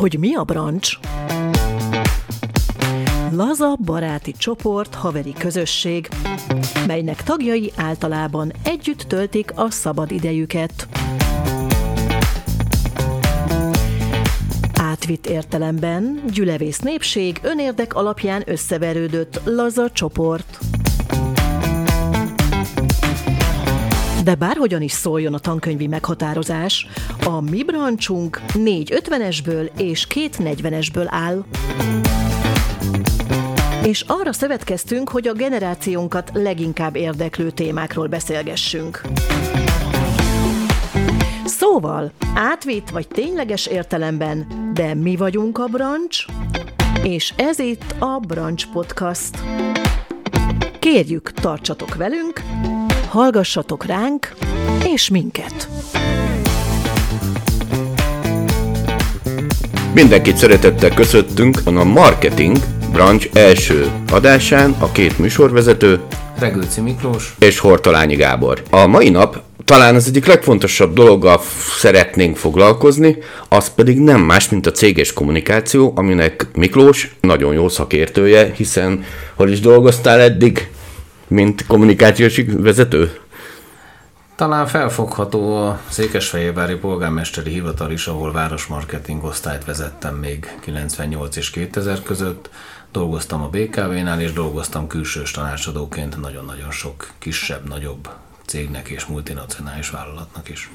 hogy mi a brancs? Laza, baráti csoport, haveri közösség, melynek tagjai általában együtt töltik a szabad idejüket. Átvitt értelemben gyülevész népség önérdek alapján összeverődött laza csoport. De bárhogyan is szóljon a tankönyvi meghatározás, a mi brancsunk 4 50-esből és 2 40-esből áll. És arra szövetkeztünk, hogy a generációnkat leginkább érdeklő témákról beszélgessünk. Szóval, átvitt vagy tényleges értelemben, de mi vagyunk a brancs, és ez itt a Brancs Podcast. Kérjük, tartsatok velünk, hallgassatok ránk, és minket! Mindenkit szeretettel köszöntünk a Marketing Brancs első adásán, a 2 műsorvezető, Regőci Miklós és Hortolányi Gábor. A mai nap talán az egyik legfontosabb dologgal szeretnénk foglalkozni, az pedig nem más, mint a céges kommunikáció, aminek Miklós nagyon jó szakértője, hiszen hol is dolgoztál eddig, mint kommunikációs vezető? Talán felfogható a Székesfehérvári Polgármesteri Hivatal is, ahol városmarketing osztályt vezettem még 98 és 2000 között. Dolgoztam a BKV-nál, és dolgoztam külsős tanácsadóként nagyon-nagyon sok kisebb, nagyobb cégnek és multinacionális vállalatnak is.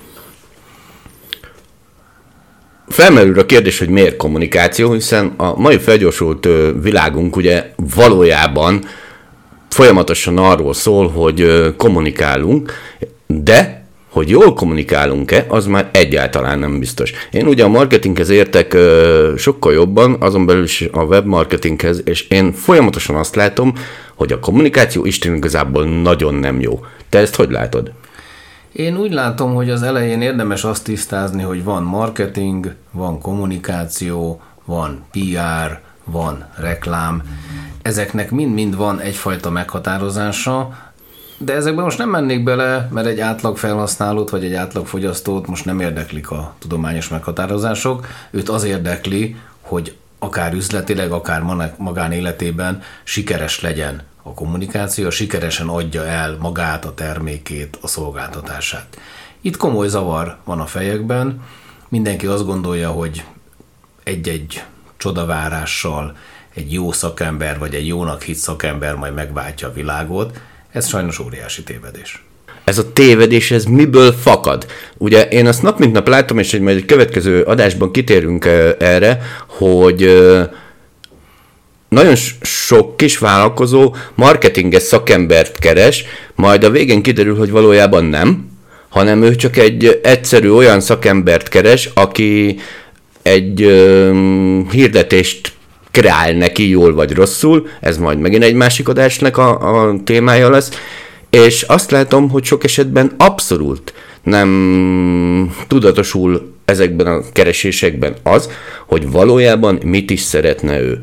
Felmerül a kérdés, hogy miért kommunikáció, hiszen a mai felgyorsult világunk ugye valójában folyamatosan arról szól, hogy kommunikálunk, de hogy jól kommunikálunk-e, az már egyáltalán nem biztos. Én ugye a marketinghez értek sokkal jobban, azon belül is a webmarketinghez, és én folyamatosan azt látom, hogy a kommunikáció Isten igazából nagyon nem jó. Te ezt hogy látod? Én úgy látom, hogy az elején érdemes azt tisztázni, hogy van marketing, van kommunikáció, van PR, van reklám. Ezeknek mind-mind van egyfajta meghatározása, de ezekben most nem mennék bele, mert egy átlag felhasználót vagy egy átlag fogyasztót most nem érdeklik a tudományos meghatározások. Őt az érdekli, hogy akár üzletileg, akár magánéletében sikeres legyen a kommunikáció, sikeresen adja el magát, a termékét, a szolgáltatását. Itt komoly zavar van a fejekben. Mindenki azt gondolja, hogy egy-egy csodavárással egy jó szakember, vagy egy jónak hitt szakember majd megváltja a világot. Ez sajnos óriási tévedés. Ez a tévedés, ez miből fakad? Ugye én azt nap mint nap látom, és majd egy következő adásban kitérünk erre, hogy nagyon sok kis vállalkozó marketinges szakembert keres, majd a végén kiderül, hogy valójában nem, hanem ő csak egy egyszerű olyan szakembert keres, aki egy hirdetést kreál neki jól vagy rosszul, ez majd megint egy másik adásnak a témája lesz, és azt látom, hogy sok esetben abszolút nem tudatosul ezekben a keresésekben az, hogy valójában mit is szeretne ő.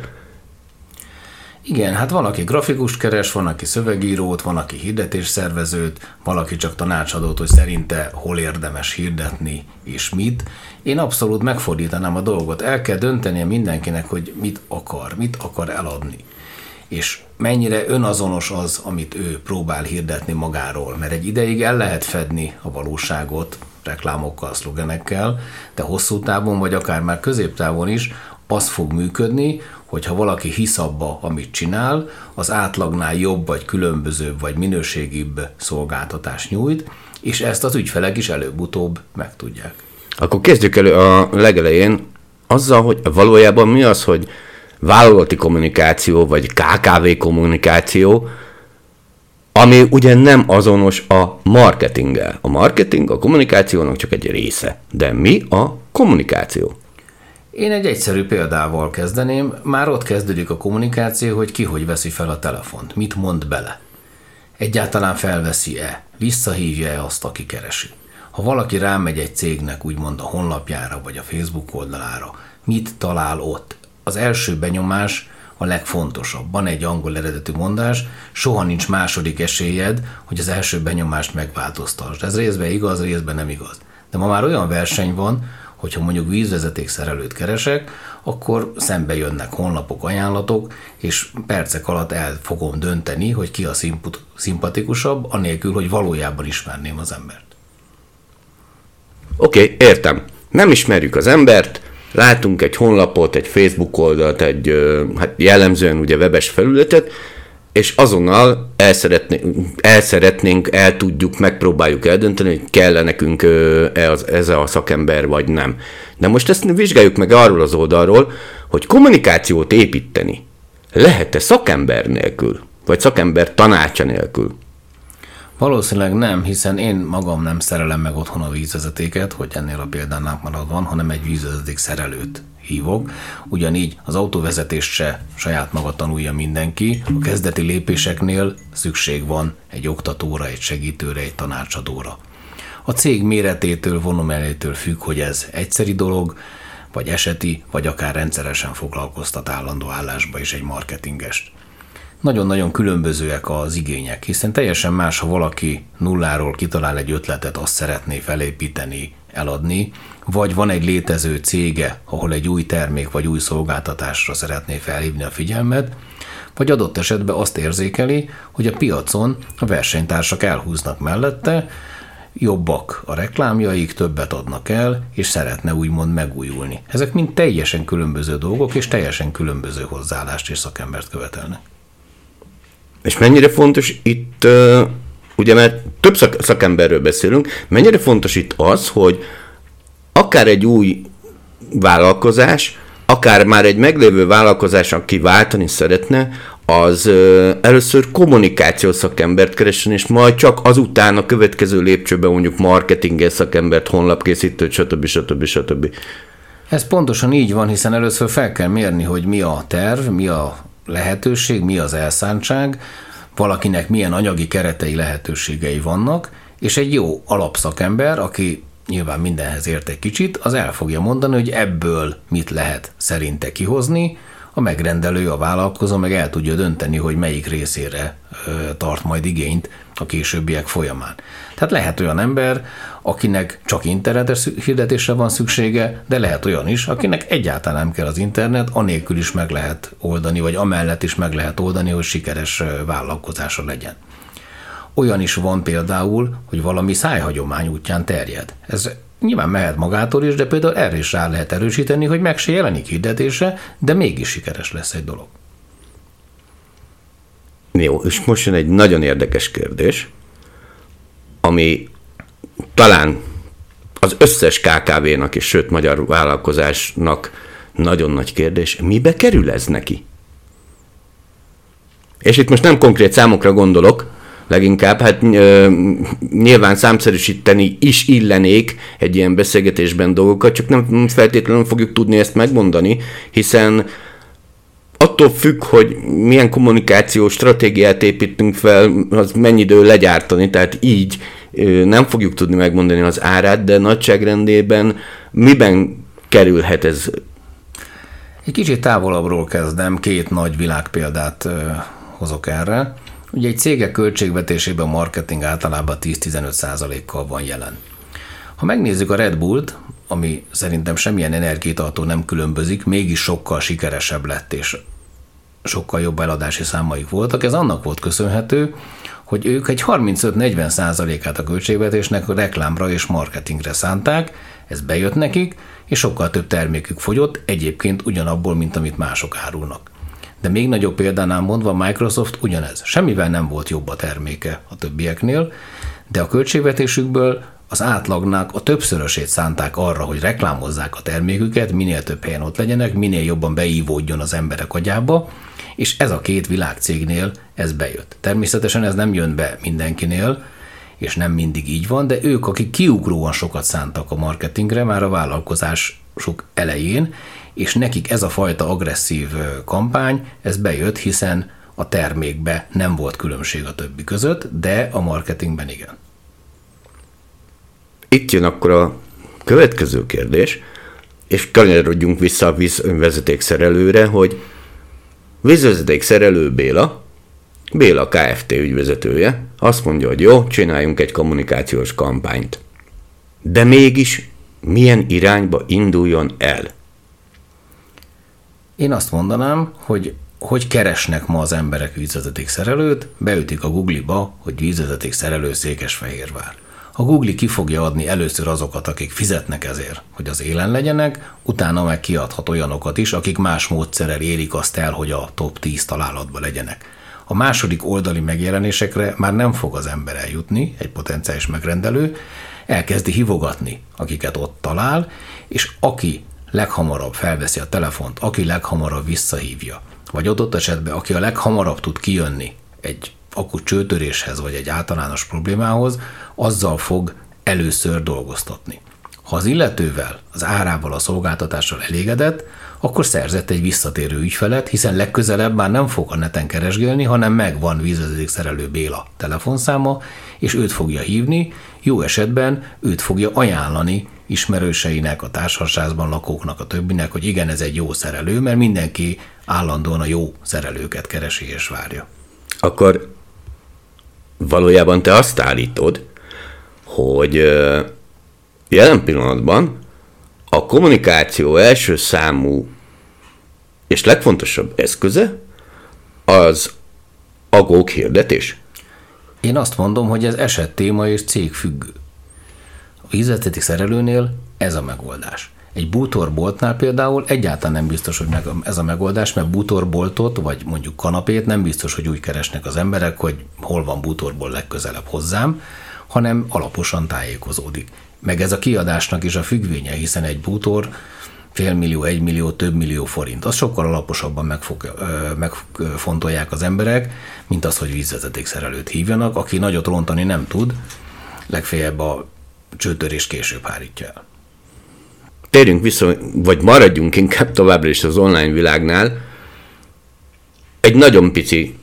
Igen, hát van, aki grafikust keres, van, aki szövegírót, van, aki hirdetésszervezőt, valaki csak tanácsadót, hogy szerinte hol érdemes hirdetni és mit. Én abszolút megfordítanám a dolgot. El kell döntenie mindenkinek, hogy mit akar eladni. És mennyire önazonos az, amit ő próbál hirdetni magáról. Mert egy ideig el lehet fedni a valóságot reklámokkal, szlogenekkel, de hosszú távon, vagy akár már középtávon is az fog működni, hogyha valaki hisz abba, amit csinál, az átlagnál jobb, vagy különbözőbb, vagy minőségibb szolgáltatást nyújt, és ezt az ügyfelek is előbb-utóbb megtudják. Akkor kezdjük elő a legelején azzal, hogy valójában mi az, hogy vállalati kommunikáció, vagy KKV kommunikáció, ami ugye nem azonos a marketinggel. A marketing a kommunikációnak csak egy része. De mi a kommunikáció? Én egy egyszerű példával kezdeném. Már ott kezdődik a kommunikáció, hogy ki hogy veszi fel a telefont, mit mond bele. Egyáltalán felveszi-e, visszahívja-e azt, aki keresi. Ha valaki rámegy egy cégnek úgymond a honlapjára, vagy a Facebook oldalára, mit talál ott? Az első benyomás a legfontosabb. Van egy angol eredetű mondás, soha nincs második esélyed, hogy az első benyomást megváltoztasd. Ez részben igaz, részben nem igaz. De ma már olyan verseny van, hogyha mondjuk vízvezeték szerelőt keresek, akkor szembe jönnek honlapok, ajánlatok, és percek alatt el fogom dönteni, hogy ki a szimpatikusabb, anélkül, hogy valójában ismerném az embert. Oké, értem. Nem ismerjük az embert, látunk egy honlapot, egy Facebook oldalt, egy hát jellemzően ugye webes felületet, és azonnal el tudjuk, megpróbáljuk eldönteni, hogy kell nekünk ez a szakember, vagy nem. De most ezt vizsgáljuk meg arról az oldalról, hogy kommunikációt építeni lehet-e szakember nélkül, vagy szakember tanácsa nélkül? Valószínűleg nem, hiszen én magam nem szerelem meg otthon a vízvezetéket, hogy ennél a példánál maradva, hanem egy vízvezeték szerelőt hívok. Ugyanígy az autóvezetést se saját maga tanulja mindenki. A kezdeti lépéseknél szükség van egy oktatóra, egy segítőre, egy tanácsadóra. A cég méretétől, volumenétől függ, hogy ez egyszeri dolog, vagy eseti, vagy akár rendszeresen foglalkoztat állandó állásba is egy marketingest. Nagyon-nagyon különbözőek az igények, hiszen teljesen más, ha valaki nulláról kitalál egy ötletet, azt szeretné felépíteni, eladni, vagy van egy létező cége, ahol egy új termék vagy új szolgáltatásra szeretné felhívni a figyelmet, vagy adott esetben azt érzékeli, hogy a piacon a versenytársak elhúznak mellette, jobbak a reklámjaik, többet adnak el, és szeretne úgymond megújulni. Ezek mind teljesen különböző dolgok, és teljesen különböző hozzáállást és szakembert követelnek. És mennyire fontos itt, ugye mert több szakemberről beszélünk, mennyire fontos itt az, hogy akár egy új vállalkozás, akár már egy meglévő vállalkozás, aki váltani szeretne, az először kommunikációs szakembert keressen, és majd csak azután a következő lépcsőben mondjuk marketinges szakembert, honlapkészítőt, stb. Ez pontosan így van, hiszen először fel kell mérni, hogy mi a terv, mi a lehetőség, mi az elszántság, valakinek milyen anyagi keretei, lehetőségei vannak, és egy jó alapszakember, aki nyilván mindenhez ért egy kicsit, az el fogja mondani, hogy ebből mit lehet szerinte kihozni, a megrendelő, a vállalkozó meg el tudja dönteni, hogy melyik részére tart majd igényt a későbbiek folyamán. Tehát lehet olyan ember, akinek csak internetes hirdetésre van szüksége, de lehet olyan is, akinek egyáltalán nem kell az internet, anélkül is meg lehet oldani, vagy amellett is meg lehet oldani, hogy sikeres vállalkozása legyen. Olyan is van például, hogy valami szájhagyomány útján terjed. Ez nyilván mehet magától is, de például erre is rá lehet erősíteni, hogy meg se jelenik hirdetése, de mégis sikeres lesz egy dolog. Jó, és most jön egy nagyon érdekes kérdés, ami talán az összes KKV-nak és sőt magyar vállalkozásnak nagyon nagy kérdés. Mibe kerül ez neki? És itt most nem konkrét számokra gondolok, leginkább, hát nyilván számszerűsíteni is illenék egy ilyen beszélgetésben dolgokat, csak nem feltétlenül fogjuk tudni ezt megmondani, hiszen attól függ, hogy milyen kommunikációs stratégiát építünk fel, az mennyi idő legyártani, tehát így nem fogjuk tudni megmondani az árát, de nagyságrendében miben kerülhet ez? Egy kicsit távolabbról kezdem, két nagy világpéldát hozok erre. Ugye egy cégek költségvetésében a marketing általában 10-15%-kal van jelen. Ha megnézzük a Red Bullt, ami szerintem semmilyen energiaitaltól nem különbözik, mégis sokkal sikeresebb lett, és sokkal jobb eladási számaik voltak, ez annak volt köszönhető, hogy ők egy 35-40%-át a költségvetésnek reklámra és marketingre szánták, ez bejött nekik, és sokkal több termékük fogyott, egyébként ugyanabból, mint amit mások árulnak. De még nagyobb példánál mondva Microsoft ugyanez. Semmivel nem volt jobb a terméke a többieknél, de a költségvetésükből az átlagnak a többszörösét szánták arra, hogy reklámozzák a terméküket, minél több helyen ott legyenek, minél jobban beívódjon az emberek agyába, és ez a két világcégnél ez bejött. Természetesen ez nem jön be mindenkinél, és nem mindig így van, de ők, akik kiugróan sokat szántak a marketingre már a vállalkozásuk elején, és nekik ez a fajta agresszív kampány, ez bejött, hiszen a termékben nem volt különbség a többi között, de a marketingben igen. Itt jön akkor a következő kérdés, és kanyarodjunk vissza a vízvezetékszerelőre, hogy vízvezetékszerelő Béla Kft. Ügyvezetője azt mondja, hogy jó, csináljunk egy kommunikációs kampányt. De mégis milyen irányba induljon el? Én azt mondanám, hogy keresnek ma az emberek vízvezetékszerelőt, beütik a Google-ba, hogy vízvezetékszerelő Székesfehérvár. A Google ki fogja adni először azokat, akik fizetnek ezért, hogy az élen legyenek, utána meg kiadhat olyanokat is, akik más módszerrel érik azt el, hogy a top 10 találatba legyenek. A második oldali megjelenésekre már nem fog az ember eljutni, egy potenciális megrendelő, elkezdi hívogatni, akiket ott talál, és aki leghamarabb felveszi a telefont, aki leghamarabb visszahívja, vagy adott esetben, aki a leghamarabb tud kijönni egy akut csőtöréshez, vagy egy általános problémához, azzal fog először dolgoztatni. Ha az illetővel, az árával, a szolgáltatással elégedett, akkor szerzett egy visszatérő ügyfelet, hiszen legközelebb már nem fog a neten keresgélni, hanem megvan vízvezetékszerelő Béla telefonszáma, és őt fogja hívni, jó esetben őt fogja ajánlani ismerőseinek, a társasházban lakóknak, a többinek, hogy igen, ez egy jó szerelő, mert mindenki állandóan a jó szerelőket keresi és várja. Akkor valójában te azt állítod, hogy jelen pillanatban a kommunikáció első számú és legfontosabb eszköze az agók hirdetés? Én azt mondom, hogy ez esettéma és cégfüggő. A vízvezetékszerelőnél ez a megoldás. Egy bútorboltnál például egyáltalán nem biztos, hogy ez a megoldás, mert bútorboltot, vagy mondjuk kanapét nem biztos, hogy úgy keresnek az emberek, hogy hol van bútorból legközelebb hozzám, hanem alaposan tájékozódik. Meg ez a kiadásnak is a függvénye, hiszen egy bútor félmillió, 1 millió, több millió forint. Azt sokkal alaposabban megfontolják az emberek, mint az, hogy vízvezetékszerelőt hívjanak, aki nagyot rontani nem tud, legfeljebb a csőtörést később hárítja el. Térjünk vissza, vagy maradjunk inkább továbbra is az online világnál egy nagyon pici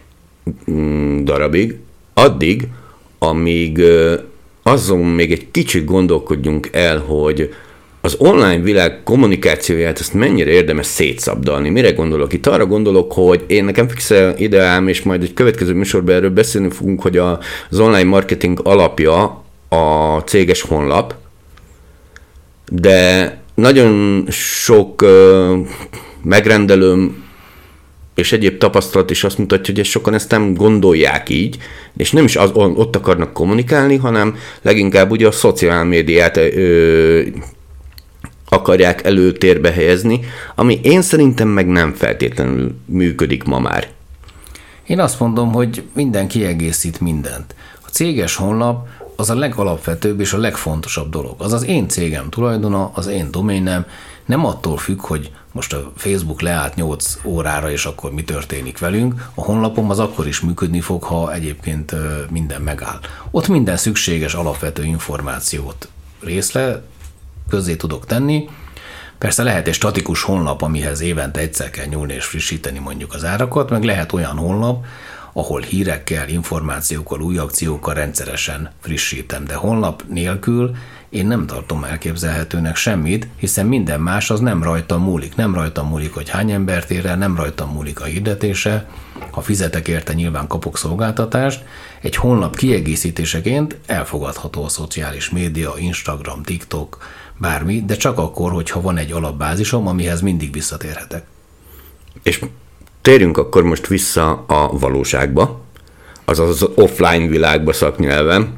darabig, addig, amíg azon még egy kicsit gondolkodjunk el, hogy az online világ kommunikációját ezt mennyire érdemes szétszabdalni. Mire gondolok? Itt arra gondolok, hogy én nekem fix ideám, és majd egy következő műsorban erről beszélni fogunk, hogy az online marketing alapja a céges honlap, de nagyon sok megrendelőm és egyéb tapasztalat is azt mutatja, hogy sokan ezt nem gondolják így, és nem is ott akarnak kommunikálni, hanem leginkább ugye a szociál médiát akarják előtérbe helyezni, ami én szerintem meg nem feltétlenül működik ma már. Én azt mondom, hogy minden kiegészít mindent. A céges honlap az a legalapvetőbb és a legfontosabb dolog. Az az én cégem tulajdona, az én doménem, nem attól függ, hogy most a Facebook leállt 8 órára, és akkor mi történik velünk. A honlapom az akkor is működni fog, ha egyébként minden megáll. Ott minden szükséges alapvető információt közzé tudok tenni. Persze lehet egy statikus honlap, amihez évente egyszer kell nyúlni és frissíteni mondjuk az árakat, meg lehet olyan honlap, ahol hírekkel, információkkal, új akciókkal rendszeresen frissítem, de honlap nélkül én nem tartom elképzelhetőnek semmit, hiszen minden más az nem rajtam múlik. Nem rajtam múlik, hogy hány embert ér el, nem rajtam múlik a hirdetése. Ha fizetek érte, nyilván kapok szolgáltatást. Egy honlap kiegészítéseként elfogadható a szociális média, Instagram, TikTok, bármi, de csak akkor, hogyha van egy alapbázisom, amihez mindig visszatérhetek. És térjünk akkor most vissza a valóságba, azaz az offline világba szaknyelven.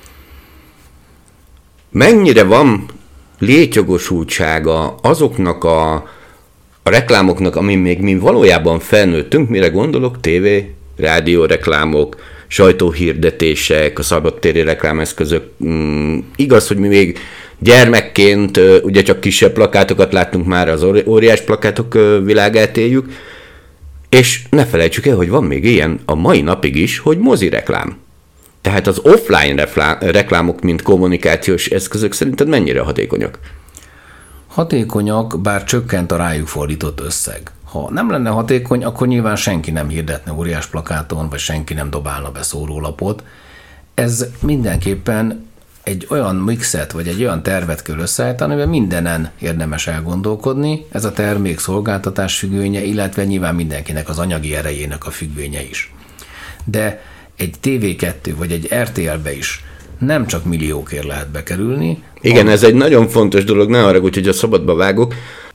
Mennyire van létjogosultsága azoknak a reklámoknak, amin még mi valójában felnőttünk, mire gondolok, tévé, rádió reklámok, sajtóhirdetések, a szabadtéri reklámeszközök. Igaz, hogy mi még gyermekként ugye csak kisebb plakátokat láttunk, már az óriás plakátok világát éljük, és ne felejtsük el, hogy van még ilyen a mai napig is, hogy mozi reklám. Tehát az offline reklámok, mint kommunikációs eszközök szerinted mennyire hatékonyak? Hatékonyak, bár csökkent a rájuk fordított összeg. Ha nem lenne hatékony, akkor nyilván senki nem hirdetne óriás plakáton, vagy senki nem dobálna be szórólapot. Ez mindenképpen egy olyan mixet, vagy egy olyan tervet kell összeállítani, amiben mindenen érdemes elgondolkodni. Ez a termék szolgáltatás függvénye, illetve nyilván mindenkinek az anyagi erejének a függvénye is. De egy TV2 vagy egy RTL-be is nem csak milliókért lehet bekerülni. Igen, ez egy nagyon fontos dolog, ne haragudj, hogy a szabadba vágok.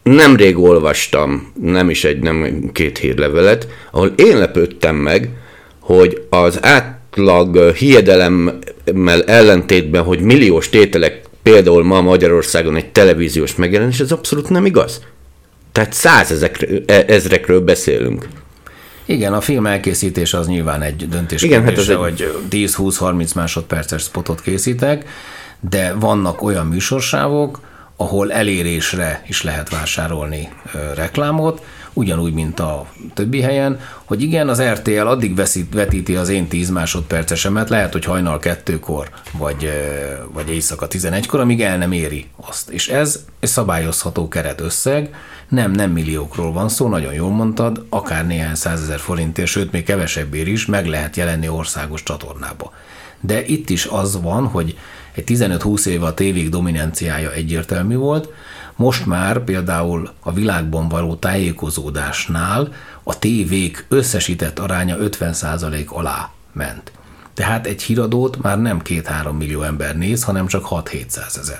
nemrég olvastam, nem 2 hírlevelet, ahol én lepődtem meg, hogy az átlag hiedelemmel ellentétben, hogy milliós tételek például ma Magyarországon egy televíziós megjelenés, ez abszolút nem igaz. Tehát 100 ezrekről beszélünk. Igen, a film elkészítés az nyilván egy döntés kérdése, hogy 10-20-30 másodperces spotot készítek, de vannak olyan műsorsávok, ahol elérésre is lehet vásárolni reklámot, ugyanúgy, mint a többi helyen, hogy igen, az RTL addig vetíti az én 10 másodpercesemet, lehet, hogy hajnal 2-kor, vagy éjszaka 11-kor, amíg el nem éri azt. És ez egy szabályozható keretösszeg, nem milliókról van szó, nagyon jól mondtad, akár néhány 100 000 forintért, sőt, még kevesebbért is meg lehet jelenni országos csatornába. De itt is az van, hogy egy 15-20 éve a tévék dominanciája egyértelmű volt, most már például a világban való tájékozódásnál a tévék összesített aránya 50% alá ment. Tehát egy híradót már nem 2-3 millió ember néz, hanem csak 600-700 000.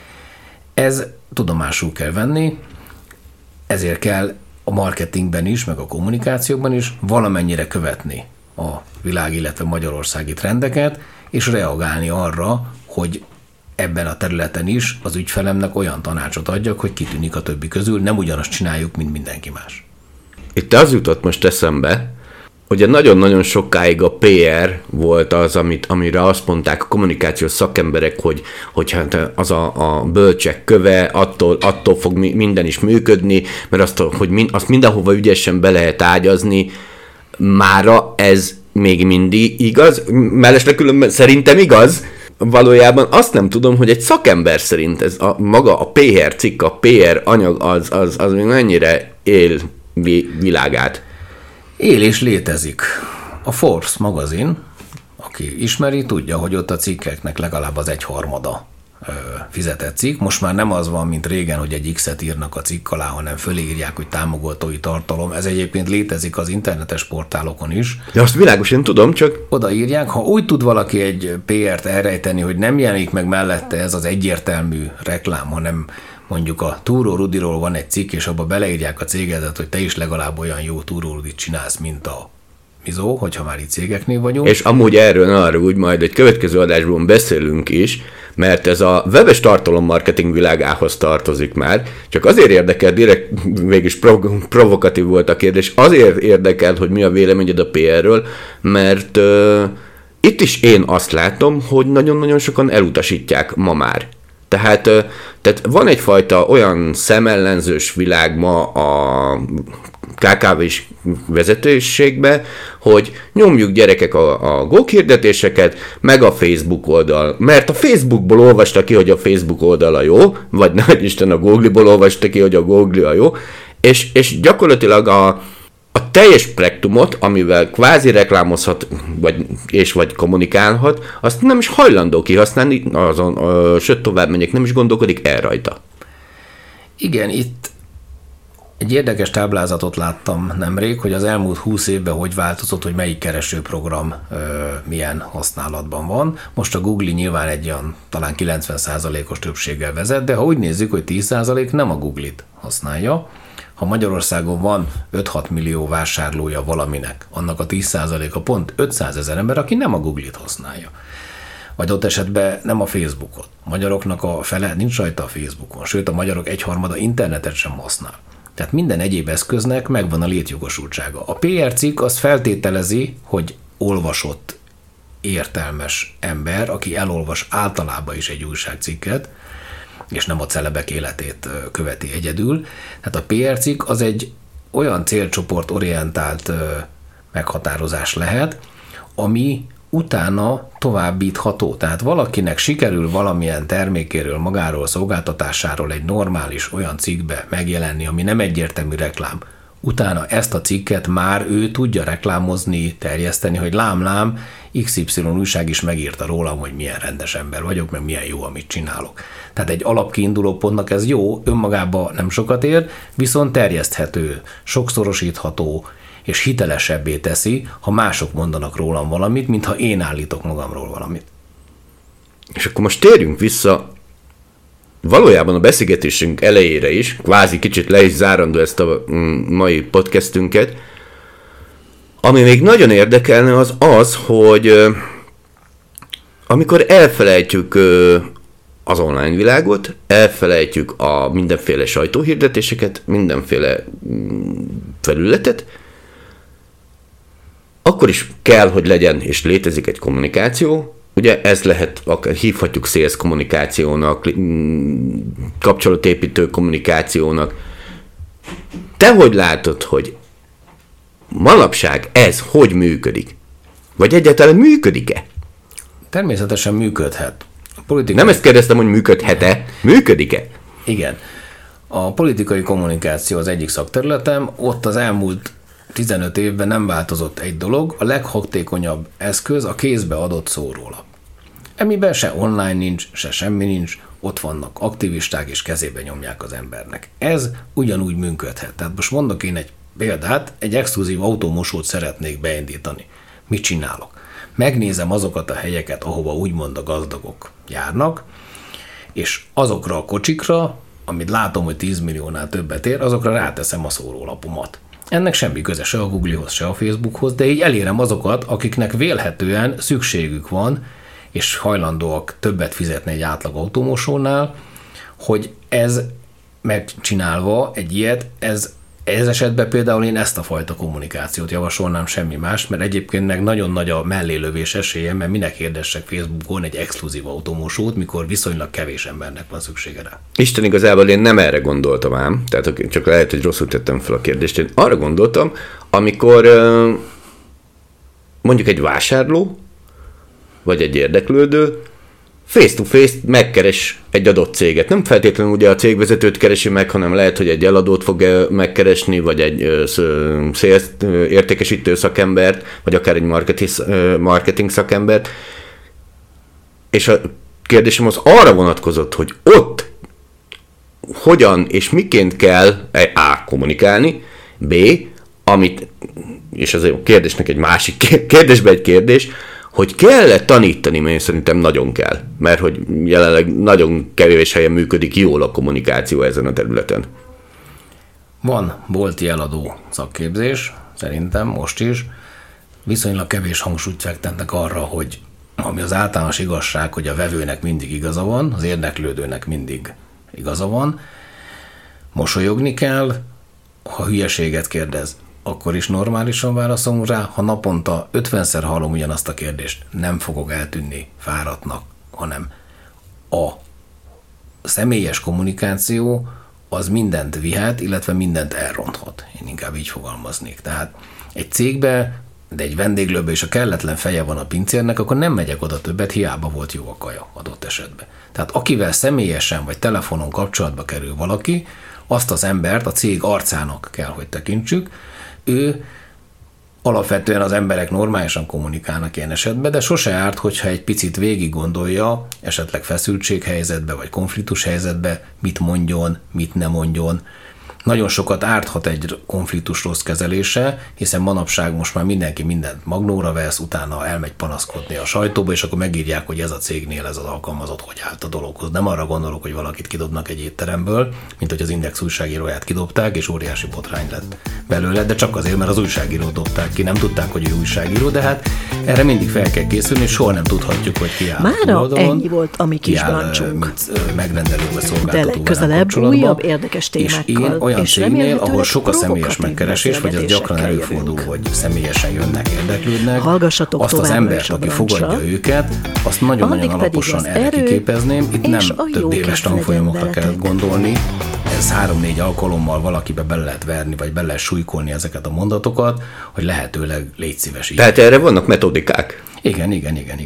Ez tudomásul kell venni, ezért kell a marketingben is, meg a kommunikációban is valamennyire követni a világ, illetve magyarországi trendeket, és reagálni arra, hogy ebben a területen is az ügyfelemnek olyan tanácsot adjak, hogy kitűnik a többi közül, nem ugyanazt csináljuk, mint mindenki más. Itt az jutott most eszembe, hogy nagyon-nagyon sokáig a PR volt az, amire azt mondták a kommunikációs szakemberek, hogy hát az a bölcsek köve, attól fog minden is működni, mert azt mindenhova ügyesen be lehet ágyazni. Mára ez még mindig igaz, mellesleg különben szerintem igaz, valójában azt nem tudom, hogy egy szakember szerint ez maga a PR cikk, a PR anyag az még mennyire él világát. Él és létezik. A Forbes magazin, aki ismeri, tudja, hogy ott a cikkeknek legalább az 1/3 fizetett cikk. Most már nem az van, mint régen, hogy egy X-et írnak a cikk alá, hanem fölírják, hogy támogatói tartalom. Ez egyébként létezik az internetes portálokon is. De azt világosan tudom, csak... Odaírják, ha úgy tud valaki egy PR-t elrejteni, hogy nem jelenik meg mellette ez az egyértelmű reklám, hanem mondjuk a Túró Rudiról van egy cikk, és abba beleírják a cégedet, hogy te is legalább olyan jó Túró Rudit csinálsz, mint a Mizó, hogyha már itt cégeknél vagyunk. És amúgy erről úgy majd egy következő adásban beszélünk is, mert ez a webes tartalommarketing világához tartozik már. Csak azért érdekel, direkt végülis provokatív volt a kérdés, azért érdekel, hogy mi a véleményed a PR-ről, mert itt is én azt látom, hogy nagyon-nagyon sokan elutasítják ma már. Tehát van egyfajta olyan szemellenzős világ ma a KKV-s vezetőségbe, hogy nyomjuk gyerekek a Google hirdetéseket, meg a Facebook oldal. Mert a Facebookból olvasta ki, hogy a Facebook oldala jó, vagy nagy Isten a Google-ból olvasta ki, hogy a Google a jó, és gyakorlatilag a teljes spektrumot, amivel kvázi reklámozhat, vagy kommunikálhat, azt nem is hajlandó kihasználni, sőt tovább megyek, nem is gondolkodik el rajta. Igen, itt egy érdekes táblázatot láttam nemrég, hogy az elmúlt 20 évben hogy változott, hogy melyik keresőprogram milyen használatban van. Most a Google nyilván egy olyan talán 90%-os többséggel vezet, de ha úgy nézzük, hogy 10% nem a Google-t használja. Ha Magyarországon van 5-6 millió vásárlója valaminek, annak a 10%-a pont 500 000 ember, aki nem a Google-t használja. Vagy ott esetben nem a Facebookot. A magyaroknak a fele nincs rajta a Facebookon, sőt a magyarok 1/3 internetet sem használ. Tehát minden egyéb eszköznek megvan a létjogosultsága. A PR cikk az feltételezi, hogy olvasott, értelmes ember, aki elolvas általában is egy újságcikket, és nem a celebek életét követi egyedül. Tehát a PR cikk az egy olyan célcsoport-orientált meghatározás lehet, ami utána továbbítható. Tehát valakinek sikerül valamilyen termékéről, magáról, szolgáltatásáról egy normális olyan cikkbe megjelenni, ami nem egyértelmű reklám. Utána ezt a cikket már ő tudja reklámozni, terjeszteni, hogy lám, XY újság is megírta rólam, hogy milyen rendes ember vagyok, meg milyen jó, amit csinálok. Tehát egy alapkiinduló pontnak ez jó, önmagában nem sokat ér, viszont terjeszthető, sokszorosítható, és hitelesebbé teszi, ha mások mondanak rólam valamit, mint ha én állítok magamról valamit. És akkor most térjünk vissza valójában a beszélgetésünk elejére is, kvázi kicsit le is zárandó ezt a mai podcastünket, ami még nagyon érdekelne az, hogy amikor elfelejtjük az online világot, elfelejtjük a mindenféle sajtóhirdetéseket, mindenféle felületet, akkor is kell, hogy legyen és létezik egy kommunikáció. Ugye ez lehet, hívhatjuk sales kommunikációnak, kapcsolatépítő kommunikációnak. Te hogy látod, hogy manapság ez hogy működik? Vagy egyáltalán működik-e? Természetesen működhet. Nem ezt kérdeztem, hogy működhet-e, működik-e? Igen. A politikai kommunikáció az egyik szakterületem, ott az elmúlt 15 évben nem változott egy dolog, a leghatékonyabb eszköz a kézbe adott szórólap. Amiben se online nincs, se semmi nincs, ott vannak aktivisták, és kezébe nyomják az embernek. Ez ugyanúgy működhet. Tehát most mondok én egy példát, egy exkluzív autómosót szeretnék beindítani. Mit csinálok? Megnézem azokat a helyeket, ahova úgymond a gazdagok járnak, és azokra a kocsikra, amit látom, hogy 10 milliónál többet ér, azokra ráteszem a szórólapomat. Ennek semmi köze se a Google-hoz, se a Facebookhoz, de így elérem azokat, akiknek vélhetően szükségük van, és hajlandóak többet fizetni egy átlag autómosónál, hogy ez megcsinálva egy ilyet, ez esetben például én ezt a fajta kommunikációt javasolnám, semmi más, mert egyébként meg nagyon nagy a mellélövés esélye, mert minek hirdessek Facebookon egy exkluzív autómosót, mikor viszonylag kevés embernek van szüksége rá. Isten igazából én nem erre gondoltam ám, tehát csak lehet, hogy rosszul tettem fel a kérdést. Én arra gondoltam, amikor mondjuk egy vásárló, vagy egy érdeklődő face-to-face megkeres egy adott céget. Nem feltétlenül ugye a cégvezetőt keresi meg, hanem lehet, hogy egy eladót fog megkeresni, vagy egy sales értékesítő szakembert, vagy akár egy marketing szakembert. És a kérdésem az arra vonatkozott, hogy ott hogyan és miként kell A. kommunikálni, B. amit, és az a kérdésnek egy másik kérdésbe egy kérdés, hogy kell-e tanítani, mert szerintem nagyon kell, mert hogy jelenleg nagyon kevés helyen működik jól a kommunikáció ezen a területen. Van bolti eladó szakképzés, szerintem most is. Viszonylag kevés hangsúlyt fektetnek arra, hogy ami az általános igazság, hogy a vevőnek mindig igaza van, az érdeklődőnek mindig igaza van. Mosolyogni kell, ha hülyeséget kérdez, akkor is normálisan válaszolunk rá. Ha naponta 50-szer hallom ugyanazt a kérdést, nem fogok eltűnni fáradtnak, hanem a személyes kommunikáció az mindent vihet, illetve mindent elronthat. Én inkább így fogalmaznék. Tehát egy cégbe, de egy vendéglőbe is a kelletlen feje van a pincérnek, akkor nem megyek oda többet, hiába volt jó a kaja adott esetben. Tehát akivel személyesen vagy telefonon kapcsolatba kerül valaki, azt az embert a cég arcának kell, hogy tekintsük. Ő alapvetően az emberek normálisan kommunikálnak ilyen esetben, de sose árt, hogyha egy picit végig gondolja, esetleg feszültséghelyzetbe vagy konfliktus helyzetbe, mit mondjon, mit ne mondjon. Nagyon sokat árthat egy konfliktus rossz kezelése, hiszen manapság most már mindenki mindent magnóra vesz, utána elmegy panaszkodni a sajtóba, és akkor megírják, hogy ez a cégnél ez az alkalmazott, hogy állt a dologhoz. Nem arra gondolok, hogy valakit kidobnak egy étteremből, mint hogy az Index újságíróját kidobták, és óriási botrány lett belőle, de csak azért, mert az újságírót dobták ki. Nem tudták, hogy ő újságíró, de hát erre mindig fel kell készülni, és soha nem tudhatjuk, hogy ki áll. Mára ennyi volt a mi kis brancsunk. Megrendelőbe de legközelebb újabb érdekes témákkal. Olyan cégnél, ahol sok a személyes megkeresés, vagy az gyakran előfordul, hogy személyesen jönnek, érdeklődnek, azt az embert, aki fogadja őket, azt nagyon-nagyon alaposan erre kiképezném. Itt nem több éves tanfolyamokra kell gondolni, ez 3-4 alkalommal valakibe bele lehet verni, vagy bele lehet súlykolni ezeket a mondatokat, hogy lehetőleg légy szíves. Tehát erre vannak metodikák? Igen.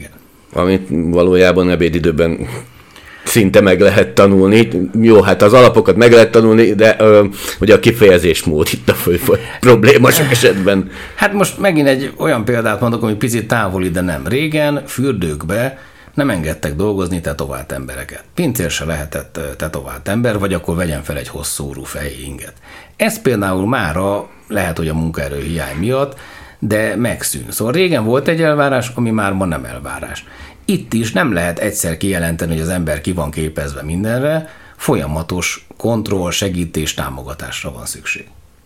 Amit valójában ebédidőben szinte meg lehet tanulni. Jó, hát az alapokat meg lehet tanulni, de ugye a kifejezésmód itt a fő probléma sok esetben. Hát most megint egy olyan példát mondok, ami picit távoli, de nem. Régen fürdőkbe nem engedtek dolgozni tetovált embereket. Pincér se lehetett tetovált ember, vagy akkor vegyen fel egy hosszúrú fejinget. Ez például mára lehet, hogy a munkaerő hiány miatt, de megszűn. Szóval régen volt egy elvárás, ami már ma nem elvárás. Itt is nem lehet egyszer kijelenteni, hogy az ember ki van képezve mindenre, folyamatos kontroll, segítés, támogatásra van szükség.